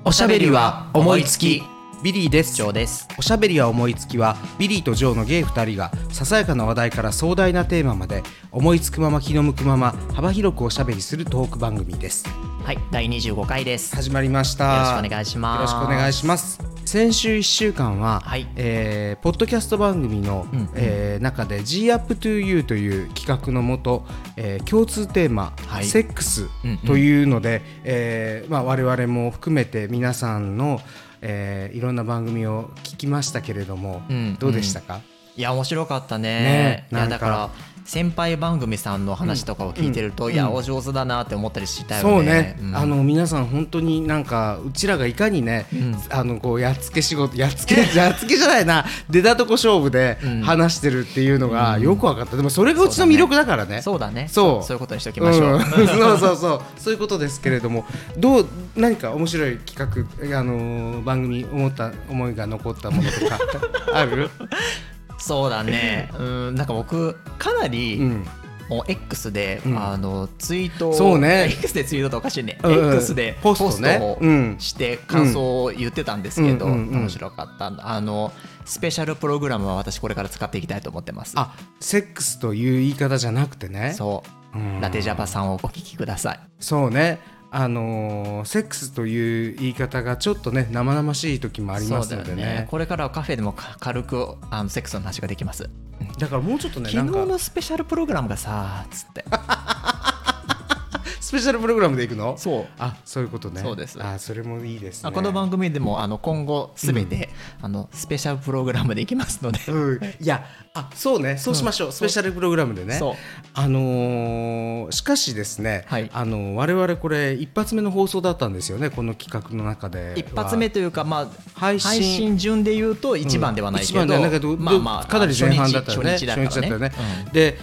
おしゃべりは思いつき。 ビリーです。 ジョーです。 おしゃべりは思いつきはビリーとジョーのゲイ2人がささやかな話題から壮大なテーマまで思いつくまま気の向くまま幅広くおしゃべりするトーク番組です。 はい、第25回です。 始まりました。 よろしくお願いします。 よろしくお願いします。先週1週間は、 はい、 ポッドキャスト番組の、中で G-Up2You という企画のもと、共通テーマ、 はい、 セックスというので、我々も含めて皆さんのいろんな番組を聞きましたけれども、どうでしたか？ いや面白かったね。いやだから先輩番組さんの話とかを聞いてると、いやお上手だなって思ったりしたよね。 そうね、皆さん本当になんかうちらがいかにね、こうやっつけ仕事やっつけじゃないな出たとこ勝負で話してるっていうのがよく分かった。でもそれがうちの魅力だからね。 そうだね。 そういうことにしておきましょう。 そういうことですけれども、何か面白い企画番組思いが残ったものとかある？ そうだね。なんか僕かなり、もう X で、ツイートを、 そうね、 X でツイートとおかしいね、X でポストをして感想を言ってたんですけど、面白かった。スペシャルプログラムは私これから使っていきたいと思ってます。 セックスという言い方じゃなくてね。 そう、ラテジャパさんをお聞きください。 そうね、セックスという言い方がちょっとね生々しい時もありますので ね。 これからはカフェでも軽くセックスの話ができます。 だからもうちょっとね、 昨日のスペシャルプログラムがさつってスペシャルプログラムでいくの？ そう。 そういうことね。 そうです。 それもいいですね。 この番組でも今後すべて、スペシャルプログラムでいきますので、 いやそうね、そうしましょう、スペシャルプログラムでね。しかしですね、我々これ一発目の放送だったんですよね、この企画の中で。一発目というか、配信順で言うと一番ではないけど、かなり前半だったよね。 初日だったよね。 で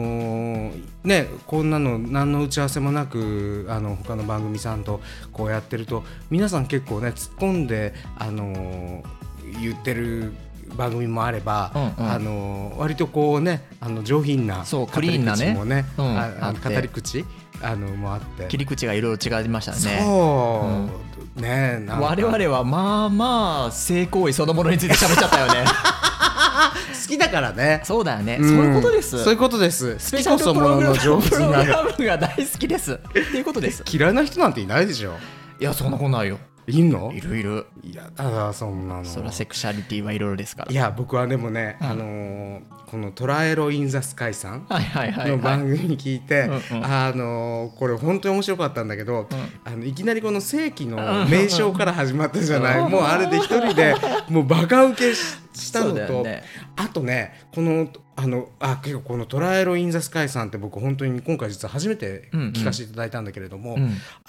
こんなの何の打ち合わせもなく他の番組さんとこうやってると皆さん結構ね突っ込んで言ってる番組もあれば、割とこうね上品なクリーンなね、 語り口もあって切り口がいろいろ違いましたね。 そうね、 我々はまあ性行為そのものについて喋っちゃったよね。 好きだからね。 そうだよね、そういうことです。 そういうことです。 スペシャルプログラムが大好きですっていうことです。 嫌いな人なんていないでしょ。 いやそんなことないよ。 いんの？ いる。 いやだそんなの。 そらセクシャリティはいろいろですから。 いや僕はでもね、このトラエロインザスカイさんの番組に聞いて、これ本当に面白かったんだけど、いきなりこの世紀の名称から始まったじゃない。もうあれで一人でもうバカ受けしたのと、あとねこの結構このトラエロインザスカイさんって僕本当に今回実は初めて聞かせていただいたんだけれども、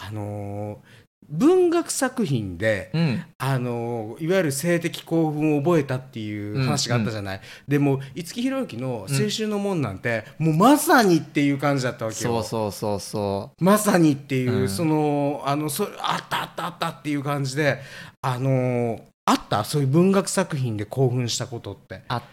文学作品で、いわゆる性的興奮を覚えたっていう話があったじゃない。でも五木ひろゆきの青春の門なんて、もうまさにっていう感じだったわけよ。そうまさにっていう、あったっていう感じであったそういう文学作品で興奮したことってあった。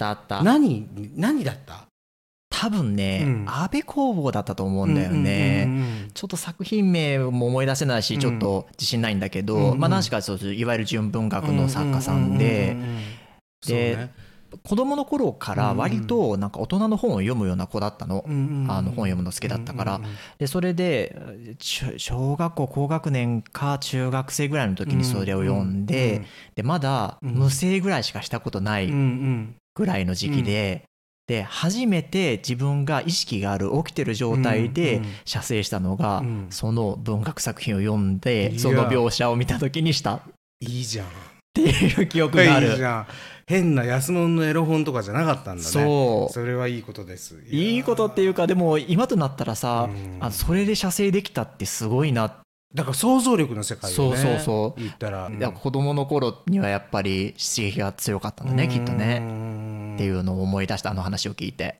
何だった？ 多分ね、安倍工房だったと思うんだよね。ちょっと作品名も思い出せないし、ちょっと自信ないんだけど、何しかいわゆる純文学の作家さんで、子供の頃から割となんか大人の本を読むような子だったの。本読むの好きだったから。でそれで小学校高学年か中学生ぐらいの時にそれを読んで、でまだ無声ぐらいしかしたことないぐらいの時期で。で初めて自分が意識がある起きてる状態で写生したのが、その文学作品を読んでその描写を見た時にした。 いいじゃんっていう記憶がある。 いいじゃん。変な安物のエロ本とかじゃなかったんだね。それはいいことです。 いいことっていうか、でも今となったらさ、それで写生できたってすごいな。 だから想像力の世界よね。 そう言ったら、 子供の頃にはやっぱり刺激が強かったんだね、きっとね。っていうのを思い出した、話を聞いて。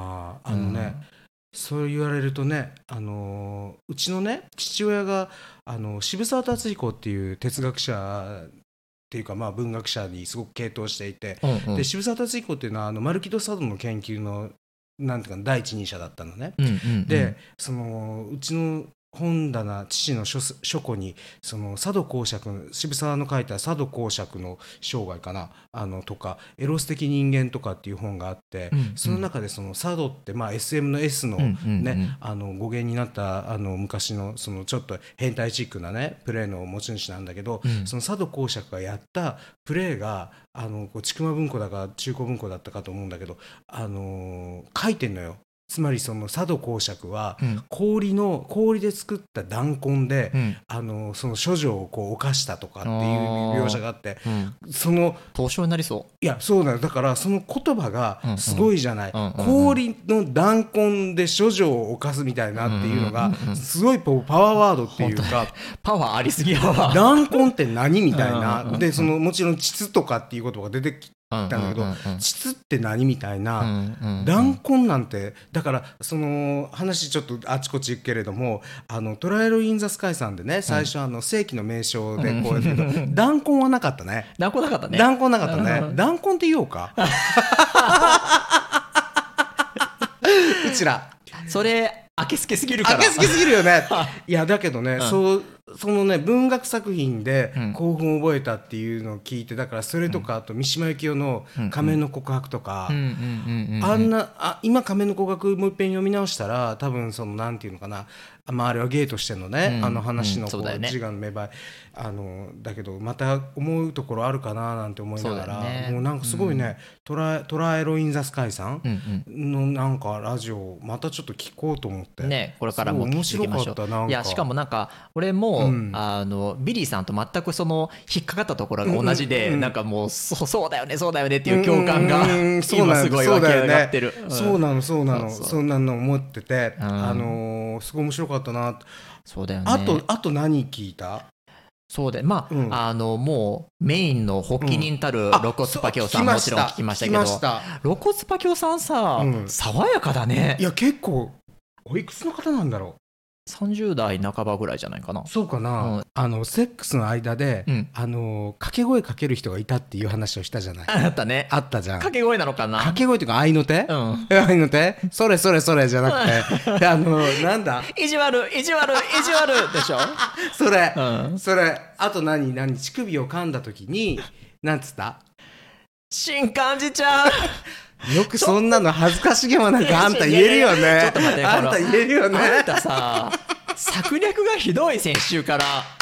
そう言われるとね、うちのね父親が渋沢達彦っていう哲学者っていうか文学者にすごく傾倒していて、で渋沢達彦っていうのはマルキド・サドの研究のなんていうか第一人者だったのね。でうちの本棚父の書庫にその佐渡公爵渋沢の書いた佐渡公爵の生涯かなとかエロス的人間とかっていう本があって、その中でその佐渡って、SM の S のね、語源になった昔のそのちょっと変態チックなねプレーの持ち主なんだけど、その佐渡公爵がやったプレーが千曲文庫だか中古文庫だったかと思うんだけど書いてんのよ。つまりその佐渡公爵は氷で作った弾痕で、その処女をこう犯したとかっていう描写があって、その凍傷になりそう。 いやそうなの。だからその言葉がすごいじゃない、氷の弾痕で処女を犯すみたいなっていうのがすごいパワーワードっていうかパワーありすぎやわ。 弾痕って何みたいなでそのもちろん膣とかっていう言葉が出てきだけど膣って何みたいな弾痕なんてだからその話ちょっとあちこち行くけれどもトライアル・イン・ザ・スカイさんでね最初世紀の名称でこうやってけど弾痕はなかったね。 弾痕なかったね。 弾痕なかったね。弾痕って言おうかうちらそれあけすけすぎるから。 あけすけすぎるよねいやだけどね、そのね文学作品で興奮を覚えたっていうのを聞いて、だからそれとかあと三島由紀夫の仮面の告白とか今仮面の告白もう一遍読み直したら多分そのなんていうのかな、あれはゲイとしてのね、話のこう自我の芽生えだけどまた思うところあるかななんて思いながら、もうなんかすごいね、トラエロ・イン・ザ・スカイさんのなんかラジオまたちょっと聞こうと思ってね、これからも聞いていきましょう。いやしかもなんか俺も、ビリーさんと全くその引っかかったところが同じで、なんかもうそうだよねそうだよねっていう共感が今すごい湧き上がってる。 そうなのそんなの思ってて、すごい面白かったな。 そうだよね。 あと何聞いた？ そうでもうメインの発起人たる肋骨パキオさんもちろん聞きましたけど、肋骨パキオさんさ、爽やかだね。 いや結構おいくつの方なんだろう。 30代半ばぐらいじゃないかな。 そうかな、セックスの間で、掛け声かける人がいたっていう話をしたじゃない。 あったね。 あったじゃん。 掛け声なのかな。 掛け声というか合いの手、合いの手それじゃなくてなんだ意地悪でしょそれあと何乳首を噛んだ時になんつった？ 新感じちゃうよくそんなの恥ずかしげもなくあんた言えるよね。 ちょっと待って、 あんた言えるよね。 あんたさ策略がひどい。先週から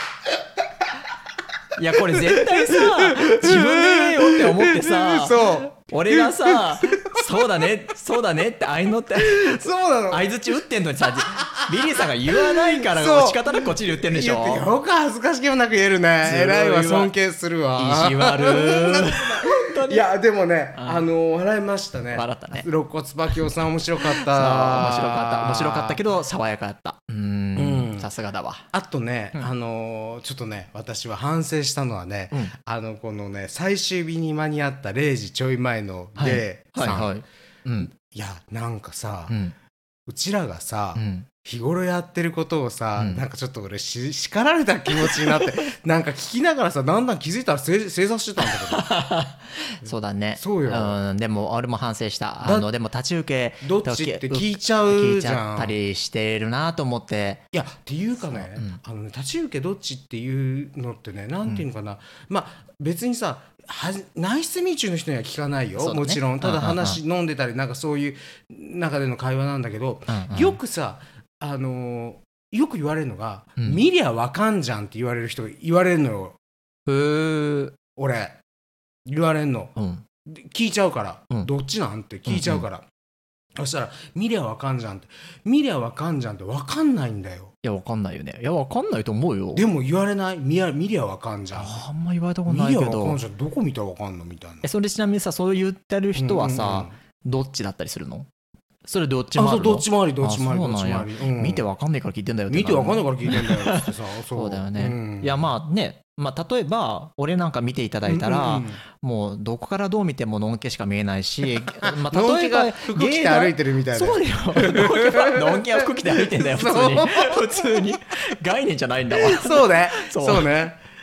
いやこれ絶対さ自分で言えよって思ってさ俺がさそうだねって合いのってそうなの相づち打ってんのにさビリーさんが言わないから仕方なくこっちで言ってるんでしょ。 よく恥ずかしげもなく言えるね。偉いわ、尊敬するわ。 意地悪いやでもね、笑いましたね。 笑ったね。 肋骨パキオさん面白かった。 面白かったけど爽やかだった。さすがだわ。 あとね、ちょっとね私は反省したのはね、このね最終日に間に合った0時ちょい前のゲイさん、いやなんかさ、うちらがさ、日頃やってることをさ、なんかちょっと俺叱られた気持ちになってなんか聞きながらさだんだん気づいたら正座してたんだけどそうだね。そうよ、 でも俺も反省した。でも立ち受けどっちって聞いちゃうじゃん。 ったりしてるなと思って。 いやっていうかね、立ち受けどっちっていうのってね、なんていうのかな、別にさ内室密中の人には聞かないよ、もちろん。ただ話飲んでたりなんかそういう中での会話なんだけど、よくさよく言われるのが、見りゃわかんじゃんって言われる人が言われるのよ。俺言われんの、聞いちゃうから、どっちなんって聞いちゃうから、そしたら見りゃわかんじゃんってわかんないんだよ。 いやわかんないよね。いやわかんないと思うよ。 でも言われない？見りゃわかんじゃん。 あんま言われたことないけど。 見りゃわかんじゃん、どこ見たらわかんのみたいな。 それちなみにさ、そう言ってる人はさ、どっちだったりするの？それどっちもあるの？ どっちもあり。 見てわかんないから聞いてんだよって。 見てわかんないから聞いてんだよってさそうだよね。いや例えば俺なんか見ていただいたら、もうどこからどう見てものんけしか見えないし、例えば服着て歩いてるみたいな。 そうだよ。のんけは服着て歩いてんだよ普通に概念じゃないんだわ。 そうね。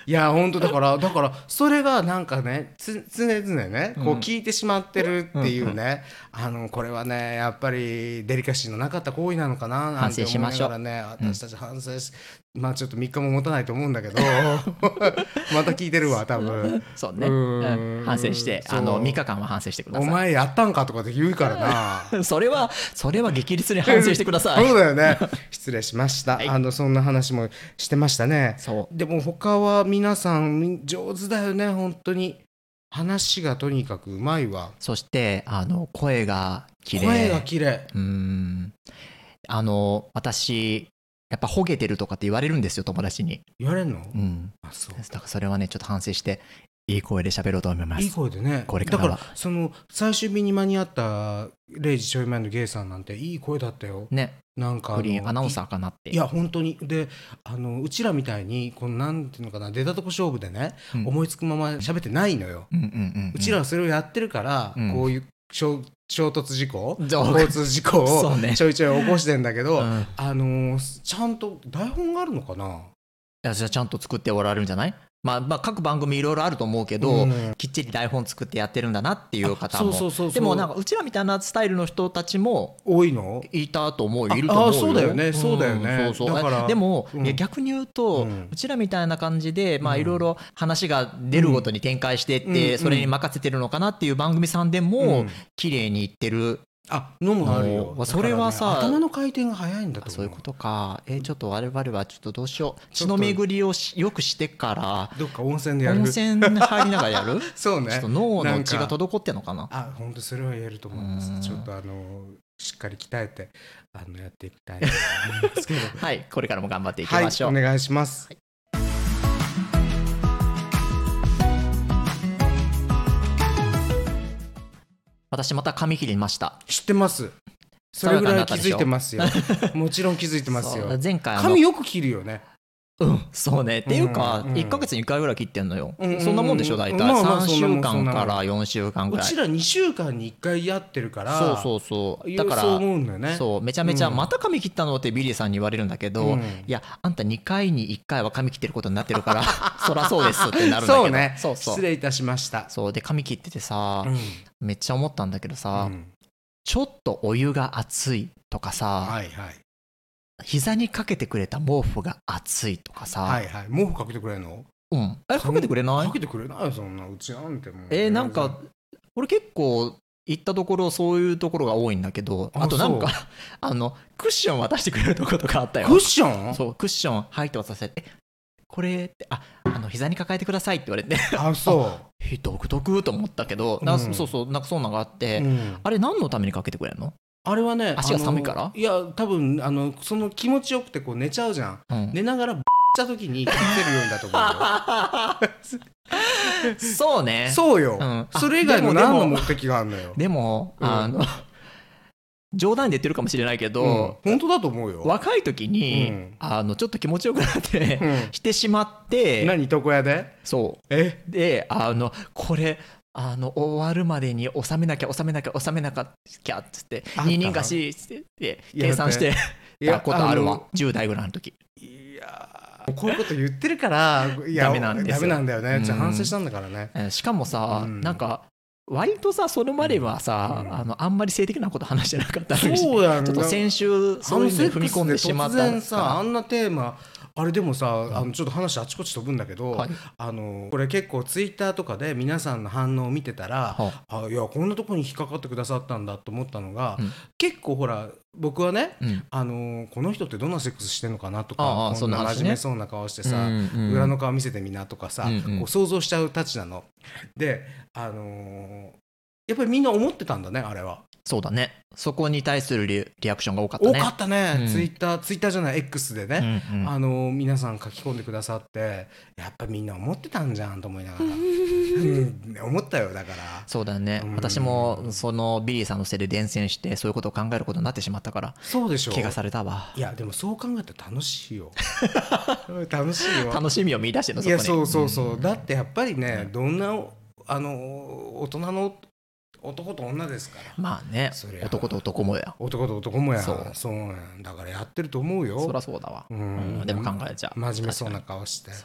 いや本当だからそれがなんかね常々ねこう聞いてしまってるっていうね、これはねやっぱりデリカシーのなかった行為なのかななんて思いながらね、私たち反省し、まあちょっと3日も持たないと思うんだけどまた聞いてるわ多分。 そうね、反省して3日間は反省してください。 お前やったんかとかって言うからなそれは激烈に反省してくださいそうだよね失礼しました、はい、そんな話もしてましたね。でも他は皆さん上手だよね本当に。話がとにかくうまいわ。 そして声が綺麗。 声が綺麗。 私やっぱほげてるとかって言われるんですよ友達に。 言われるの？ あ、そう。だからそれはねちょっと反省していい声で喋ろうと思います。 いい声でね。 これからはだからその最終日に間に合った0時ちょい前のゲイさんなんていい声だったよ。 ね。なんかフリーアナウンサーかなって。 いや本当に。でうちらみたいにこのなんていうのかな出たとこ勝負でね、思いつくまま喋ってないのよ。うちらはそれをやってるから、こういう衝突事故交通事故をちょいちょい起こしてんだけど、ちゃんと台本があるのかな。いやじゃあちゃんと作っておられるんじゃない。まあ各番組いろいろあると思うけど、きっちり台本作ってやってるんだなっていう方も。でもなんかうちらみたいなスタイルの人たちも多いのいたと思うよ。いると思うよ。 そうだよねそうだよね。 だからでも、逆に言うと、うちらみたいな感じでまあいろいろ話が出るごとに展開してって、それに任せてるのかなっていう番組さんでも綺麗にいってるのもあるよ。 それはさ、 頭の回転が早いんだと思う。 そういうことか。ちょっと我々はちょっとどうしよう。血の巡りをよくしてからどっか温泉でやる。 温泉入りながらやるそうね。 ちょっと脳の血が滞ってんのかな。 本当それは言えると思います。ちょっとしっかり鍛えてやっていきたいと思いますけどはいこれからも頑張っていきましょう。 はい、お願いします。 私また髪切りました。 知ってます。それぐらい気づいてますよもちろん気づいてますよ。 前回髪よく切るよね。 そうね。っていうか1ヶ月に1回ぐらい切ってんのよ。そんなもんでしょ大体。3週間から4週間ぐらい。 うちら2週間に1回やってるから。 そうだからそう思うんだよね。 そうめちゃめちゃまた髪切ったのってビリーさんに言われるんだけど、いやあんた2回に1回は髪切ってることになってるからそらそうですってなるんだけど。 そうね。失礼いたしました。 そうで髪切っててさ、めっちゃ思ったんだけどさ、ちょっとお湯が熱いとかさ、膝にかけてくれた毛布が熱いとかさ、 毛布かけてくれるの？ かけてくれない？ かけてくれないよそんな。うちなんてもうなんか俺結構行ったところそういうところが多いんだけど、あとなんかクッション渡してくれるところとかあったよ。 クッション？ そうクッション入って渡されてこれって膝に抱えてくださいって言われてそう独特と思ったけど、そうなんかそんなのがあって、あれ何のためにかけてくれるの？あれはね足が寒いから？ いや多分その気持ちよくてこう寝ちゃうじゃん、寝ながらした時にかけるようにだと思うよそうね。 そうよ、それ以外の何の目的があるのよ。 でも冗談で言ってるかもしれないけど、 本当だと思うよ。 若い時に、ちょっと気持ちよくなって、してしまって。 何床屋で？ そうでこれ終わるまでに収めなきゃっつって二人貸しって計算してたことあるわ。10代ぐらいの時。 いやこういうこと言ってるからダメなんですよ。 ダメなんだよね。反省したんだからね。 しかもさ、なんか割とさそれまではさ、あんまり性的なこと話してなかったのに、 そうやん。 ちょっと先週そういうのに踏み込んでしまった。 突然さあんなテーマあれでもさちょっと話あちこち飛ぶんだけど、これ結構ツイッターとかで皆さんの反応を見てたら、いやこんなとこに引っかかってくださったんだと思ったのが、結構ほら僕はね、この人ってどんなセックスしてんのかなとか、こんな真面目そうな顔してさ、裏の顔見せてみなとかさ、こう想像しちゃうたちなので、やっぱりみんな思ってたんだねあれは。 そうだね。そこに対するリアクションが多かったね。 多かったね、ツイッターじゃない X でね、皆さん書き込んでくださって、やっぱみんな思ってたんじゃんと思いながら思ったよ。だからそうだね、私もそのビリーさんのせいで伝染してそういうことを考えることになってしまったから。 そうでしょう。 怪我されたわ。 いやでもそう考えたら楽しいよ楽しいよ。 楽しみを見出してるのそこに。 いやそう、だってやっぱりね、どんな大人の男と女ですから。 まあね、男と男もや。 男と男もや。そうだからやってると思うよ。 そりゃそうだわ。でも考えちゃう。 真面目そうな顔して。 そう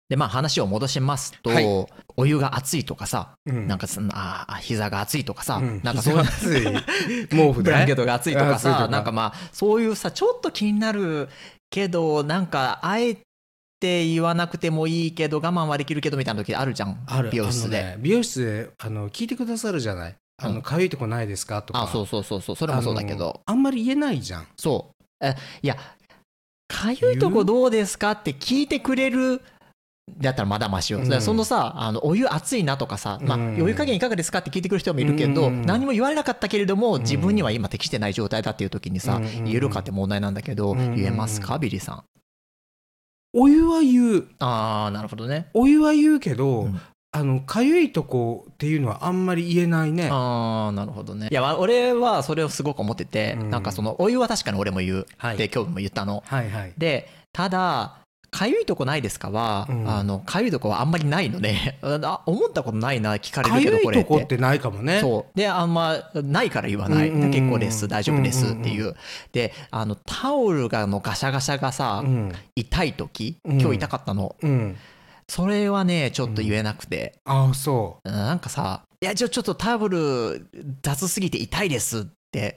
でまあ話を戻しますと、はい、お湯が熱いとかさ、なんか膝が熱いとかさ、なんかそういう毛布でブランケットが熱いとかさ、なんかまあそういうさちょっと気になるけどなんかあえて言わなくてもいいけど我慢はできるけどみたいな時あるじゃん。美容室で、 美容室で聞いてくださるじゃない。かゆいとこないですかとか。 そうそれもそうだけどあんまり言えないじゃん。 そういやかゆいとこどうですかって聞いてくれるだったらまだマシよ、そのさお湯熱いなとかさ、お湯加減いかがですかって聞いてくる人もいるけど、何も言われなかったけれども自分には今適してない状態だっていう時にさ、言えるかって問題なんだけど、言えますかビリーさん。 お湯は言う。 なるほどね。 お湯は言うけど、かゆいとこっていうのはあんまり言えないね。 なるほどね。いや俺はそれをすごく思ってて、なんかそのお湯は確かに俺も言う、で今日も言ったの、でただかゆいとこないですかは、かゆいとこはあんまりないので思ったことないな聞かれるけどこれってかゆいとこってないかもね。 そうであんまないから言わない、結構です大丈夫ですっていう、でタオルがガシャガシャがさ、痛い時、今日痛かったの、それはねちょっと言えなくて、 そうなんかさいやちょっとタオル雑すぎて痛いですって、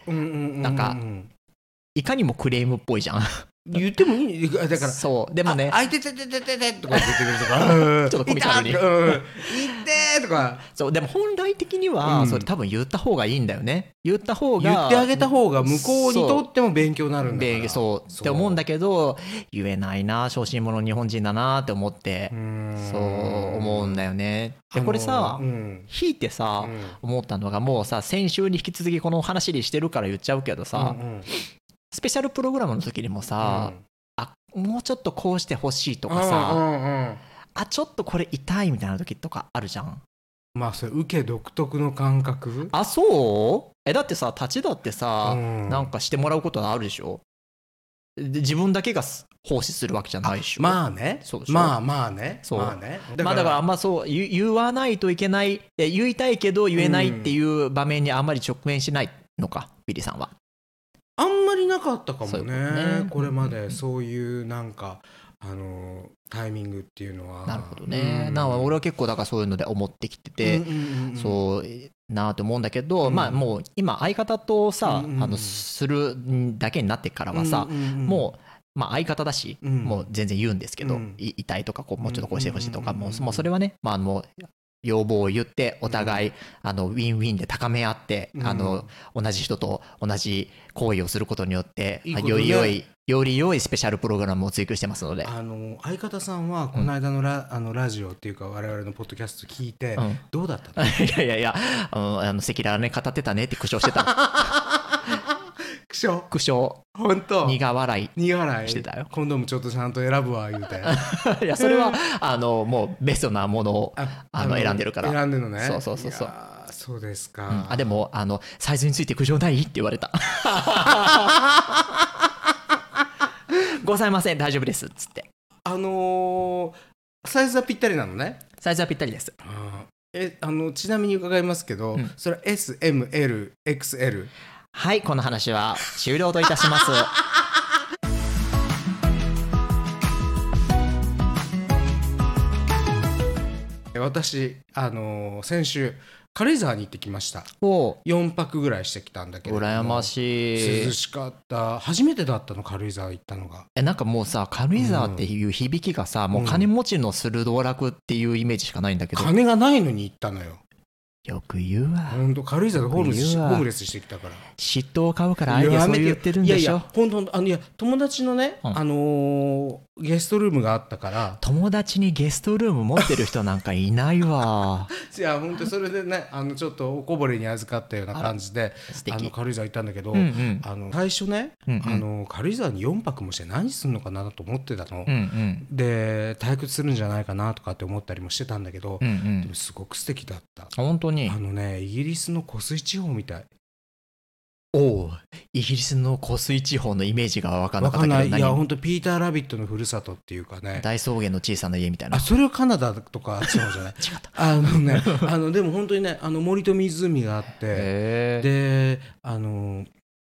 なんかいかにもクレームっぽいじゃん言ってもいいだからそうでもねあいててててててとか言ってくるとかちょっとコミカルに言ってとかそうでも本来的にはそれ多分言った方がいいんだよね。言ってあげた方が向こうにとっても勉強になるんだからそうって思うんだけど言えないな小心者日本人だなって思ってそう思うんだよね。でこれさ引いてさ思ったのがもうさ先週に引き続きこの話にしてるから言っちゃうけどさスペシャルプログラムの時にもさ、もうちょっとこうしてほしいとかさ、ちょっとこれ痛いみたいな時とかあるじゃん。 まあそれ受け独特の感覚。 そうだってさ立ちだってさ、なんかしてもらうことあるでしょ。で自分だけが奉仕するわけじゃないでしょ。 まあねそうでしょ。 まあねだからあんまそう言わないといけない言いたいけど言えないっていう場面にあんまり直面しないのかビリーさんは。 あんまりなかったかもね、これまでそういうなんかタイミングっていうのは。 なるほどね。俺は結構だからそういうので思ってきてて、そうなと思うんだけど、まあもう今相方とさするだけになってからはさ、もう相方だし、もう全然言うんですけど、痛いとかもうちょっとこうしてほしいとか、もうそれはねもう要望を言ってお互い、ウィンウィンで高め合って、同じ人と同じ行為をすることによってより良いスペシャルプログラムを追求してますので、 相方さんはこの間のラジオっていうか我々のポッドキャスト聞いて、どうだったの？ いや赤裸々に語ってたねって苦笑してた苦笑本当苦笑いしてたよ。 今度もちょっとちゃんと選ぶわ言うていやそれはもうベストなものを選んでるから。 選んでるのね。そうですか。 でもサイズについて苦情ないって言われたございません大丈夫ですっつって。 サイズはぴったりなのね。 サイズはぴったりです。 ちなみに伺いますけど、それは SMLXL。 はいこの話は終了といたします私先週軽井沢に行ってきました。4泊ぐらいしてきたんだけど羨ましい。 涼しかった。初めてだったの軽井沢行ったのが。 なんかもうさ軽井沢っていう響きがさ、もう金持ちのする道楽っていうイメージしかないんだけど、 金がないのに行ったのよ。 よく言うわ。 本当軽井沢でホームレスしてきたから。 嫉妬を買うからあえてそう言ってるんでしょ。 本当友達のね、ゲストルームがあったから。 友達にゲストルーム持ってる人なんかいないわいや本当それでねちょっとおこぼれに預かったような感じで軽井沢行ったんだけど、最初ね、軽井沢に4泊もして何するのかなと思ってたの、で退屈するんじゃないかなとかって思ったりもしてたんだけど、でもすごく素敵だった。 本当にイギリスの湖水地方みたい。 イギリスの湖水地方のイメージが分からなかったけど、 いや本当ピーター・ラビットのふるさとっていうかね、 大草原の小さな家みたいな。 それはカナダとかそうじゃない違ったでも本当にね森と湖があって、で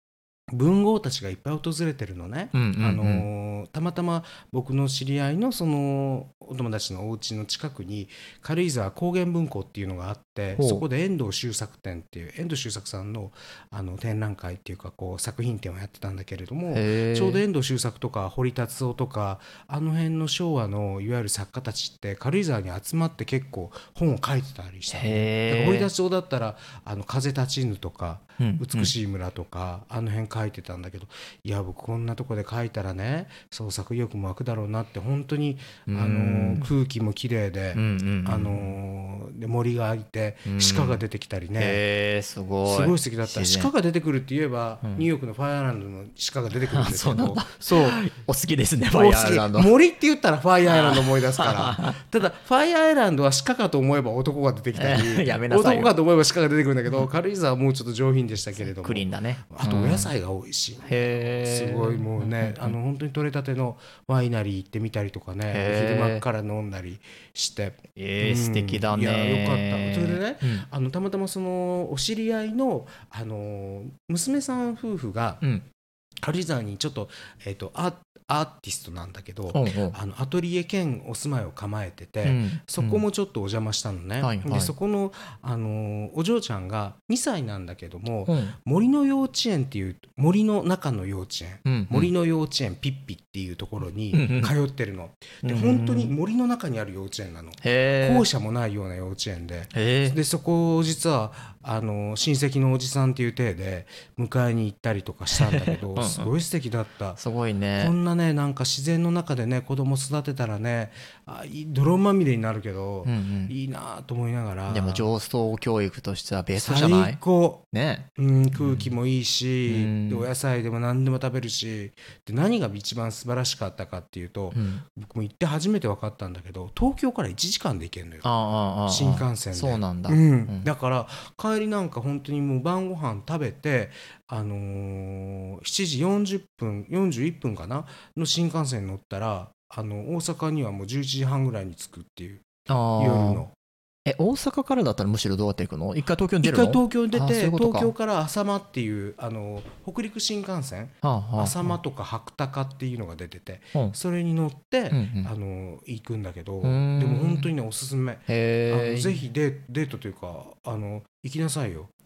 文豪たちがいっぱい訪れてるのね、たまたま僕の知り合いのそのお友達のお家の近くに軽井沢高原文庫っていうのがあって、そこで遠藤周作展っていう遠藤周作さんの展覧会っていうかこう作品展をやってたんだけれども、ちょうど遠藤周作とか堀達夫とか辺の昭和のいわゆる作家たちって軽井沢に集まって結構本を書いてたりしたの。だから堀達夫だったら風立ちぬとか美しい村とか辺書いてたんだけど、いや僕こんなとこで書いたらね創作意欲も湧くだろうなって、本当に空気も綺麗で、で森が開いて鹿が出てきたりね、すごい素敵だった。鹿が出てくるって言えば、ニューヨークのファイアーランドの鹿が出てくるんですけど、そうお好きですねファイアーランド。 森って言ったらファイアーランド思い出すからただファイアーランドは鹿かと思えば男が出てきたりやめなさいよ、 男かと思えば鹿が出てくるんだけど、軽井沢はもうちょっと上品でしたけれども、 クリーンだね。 あとお野菜が多いし、すごいもうね、本当に取れたてのワイナリー行ってみたりとかね、昼間から飲んだりして、 素敵だね。 いやよかった。それでね、たまたまそのお知り合いの娘さん夫婦が軽井沢にちょっとアーティストなんだけど、アトリエ兼お住まいを構えてて、そこもちょっとお邪魔したのね、でそこの、お嬢ちゃんが2歳なんだけども、森の幼稚園っていう森の中の幼稚園、森の幼稚園ピッピっていうところに通ってるの、で本当に森の中にある幼稚園なの、校舎もないような幼稚園で、そこを実は親戚のおじさんっていう体で迎えに行ったりとかしたんだけどすごい素敵だった。 すごいね。 こんなね、なんか自然の中でね子供育てたらね、泥まみれになるけど、いいなと思いながら。 でも上層教育としてはベストじゃない？ 最高ね、 空気もいいし、でお野菜でも何でも食べるし、で何が一番素晴らしかったかっていうと、僕も行って初めて分かったんだけど、東京から1時間で行けるのよ、新幹線で。 そうなんだ、 だから帰りなんか本当にもう晩ご飯食べて、7時40分41分かなの新幹線に乗ったら大阪にはもう11時半ぐらいに着くっていう、夜の。 大阪からだったらむしろどうやって行くの？一回東京に出るの？ 一回東京に出て、東京から浅間っていう北陸新幹線、浅間とか白鷹っていうのが出てて、それに乗って、行くんだけど、でも本当にねおすすめ。ぜひデートというか行きなさいよ。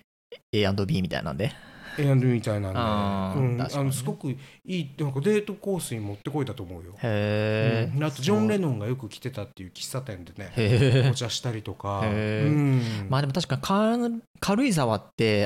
A&B みたいなんで A&B みたいなんで、すごくいい、なんかデートコースに持ってこいだと思うよ。あとジョン・レノンがよく来てたっていう喫茶店でねお茶したりとか。 まあでも確かに軽井沢って、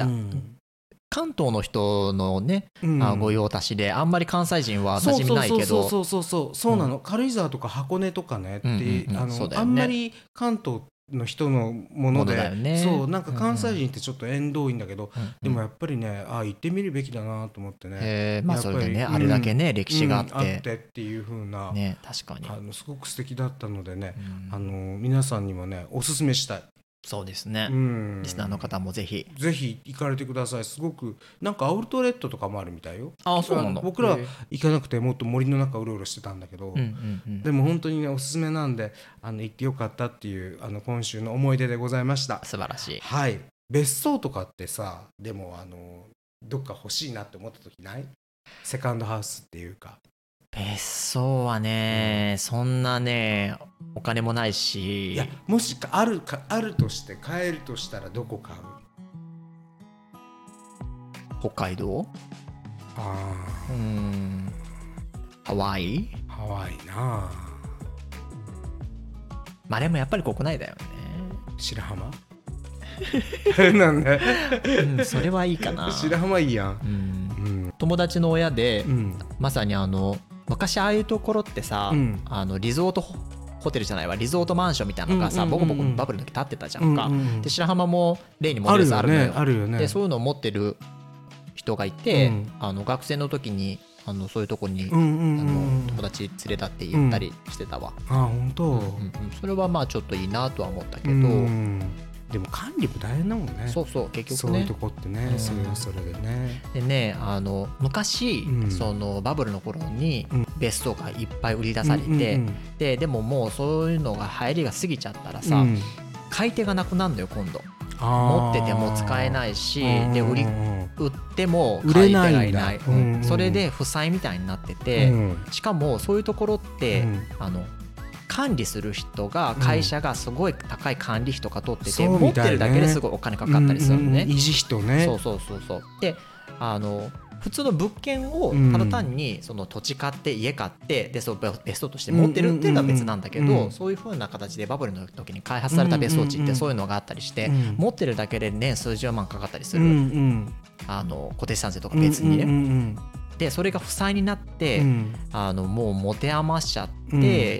関東の人のね、御用達であんまり関西人は馴染みないけど、 そうなの、軽井沢とか箱根とかねってあんまり関東の人のもので、そうなんか関西人ってちょっと縁遠いんだけど、でもやっぱりね行ってみるべきだなと思ってね。 まあそれでね、あれだけね歴史があってっていう風な、 確かにすごく素敵だったのでね、皆さんにもねおすすめしたい。 そうですね、リスナーの方もぜひ行かれてください。すごくなんかアウトレットとかもあるみたいよ。 そうなんだ。 僕らは行かなくてもっと森の中うろうろしてたんだけど、でも本当にねおすすめなんで行ってよかったっていう今週の思い出でございました。 素晴らしい。 はい。別荘とかってさ、でもどっか欲しいなって思った時ない？セカンドハウスっていうか。 別荘はね、そんなねお金もないし。 いや、もしあるとして買えるとしたらどこ買う？ 北海道？ハワイ？ ハワイな。 まあでもやっぱり国内だよね。 白浜なんで、 それはいいかな。 白浜いいやん。 友達の親で、まさに昔ああいうところってさ、リゾートホテルじゃないわ、リゾートマンションみたいなのがさ、ボコボコバブルの時建ってたじゃんか。で白浜も例にもデルスあるのよ。 あるよね。 でそういうのを持ってる人がいて、学生の時にそういうとこに友達連れたって言ったりしてたわ。 本当。 それはまあちょっといいなとは思ったけど、 でも管理も大変だもんね。 そう結局ね、 そういうとこってね、それでね。 でね、昔、そのバブルの頃に別荘がいっぱい売り出されて、でももうそういうのが流行りが過ぎちゃったらさ、買い手がなくなるのよ今度。持ってても使えないし、で売っでも買い手がいない、それで負債みたいになってて、しかもそういうところって、管理する人が会社がすごい高い管理費とか取ってて、持ってるだけですごいお金かかったりするのね、 維持費とね。 そうで普通の物件をただ単にその土地買って家買ってでそう別荘として持ってるっていうのは別なんだけど、そういう風な形でバブルの時に開発された別荘地ってそういうのがあったりして、持ってるだけで年数十万かかったりする、固定資産税とか別にね、でそれが負債になって、もう持て余しちゃって、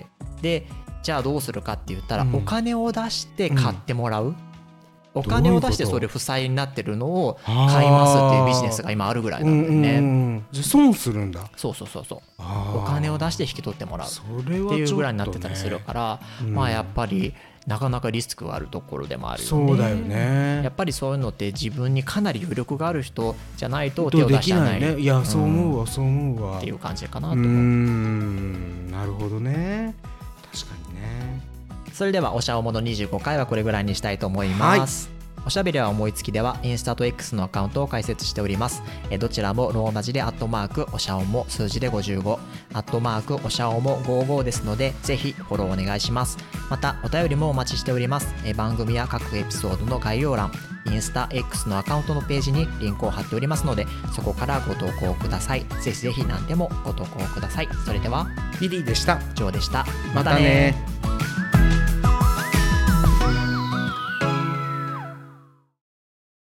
でじゃあどうするかって言ったら、お金を出して買ってもらう、お金を出してそれ負債になってるのを買いますっていうビジネスが今あるぐらいなんだよね。 じゃあ損するんだ。 そうお金を出して引き取ってもらうっていうぐらいになってたりするから、まあやっぱりなかなかリスクがあるところでもあるよね。 そうだよね。 やっぱりそういうのって自分にかなり余力がある人じゃないと手を出しない。 いやそう思うわっていう感じかなと思う。 なるほどね。確かにね。 それではおしゃおもの25回はこれぐらいにしたいと思います。おしゃべりは思いつきではインスタと X のアカウントを開設しております。どちらもローマ字でおしゃおも数字で55おしゃおも55ですので、ぜひフォローお願いします。またお便りもお待ちしております。番組や各エピソードの概要欄、インスタ X のアカウントのページにリンクを貼っておりますので、そこからご投稿ください。ぜひぜひ何でもご投稿ください。それではビリーでした。 ジョーでした。 またね。